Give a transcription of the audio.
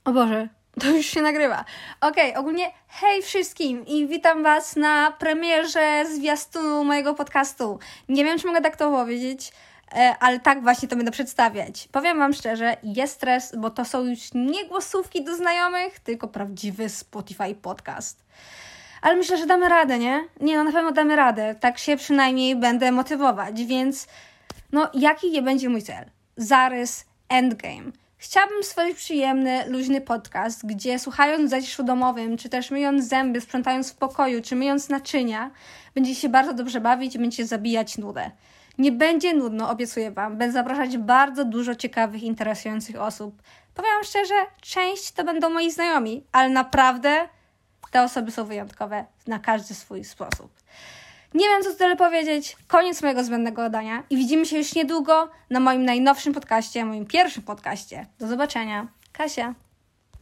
O Boże, to już się nagrywa. Okej, ogólnie hej wszystkim i witam Was na premierze zwiastunu mojego podcastu. Nie wiem, czy mogę tak to powiedzieć, ale tak właśnie to będę przedstawiać. Powiem Wam szczerze, jest stres, bo to są już nie głosówki do znajomych, tylko prawdziwy Spotify podcast. Ale myślę, że damy radę, nie? Na pewno damy radę. Tak się przynajmniej będę motywować, więc jaki nie będzie mój cel? Zarys Endgame. Chciałabym stworzyć przyjemny, luźny podcast, gdzie słuchając w zaciszu domowym, czy też myjąc zęby, sprzątając w pokoju, czy myjąc naczynia, będziecie się bardzo dobrze bawić i będziecie zabijać nudę. Nie będzie nudno, obiecuję Wam. Będę zapraszać bardzo dużo ciekawych, interesujących osób. Powiem Wam szczerze, część to będą moi znajomi, ale naprawdę te osoby są wyjątkowe na każdy swój sposób. Nie wiem, co tu tyle powiedzieć. Koniec mojego zbędnego gadania i widzimy się już niedługo na moim najnowszym podcaście, moim pierwszym podcaście. Do zobaczenia. Kasia.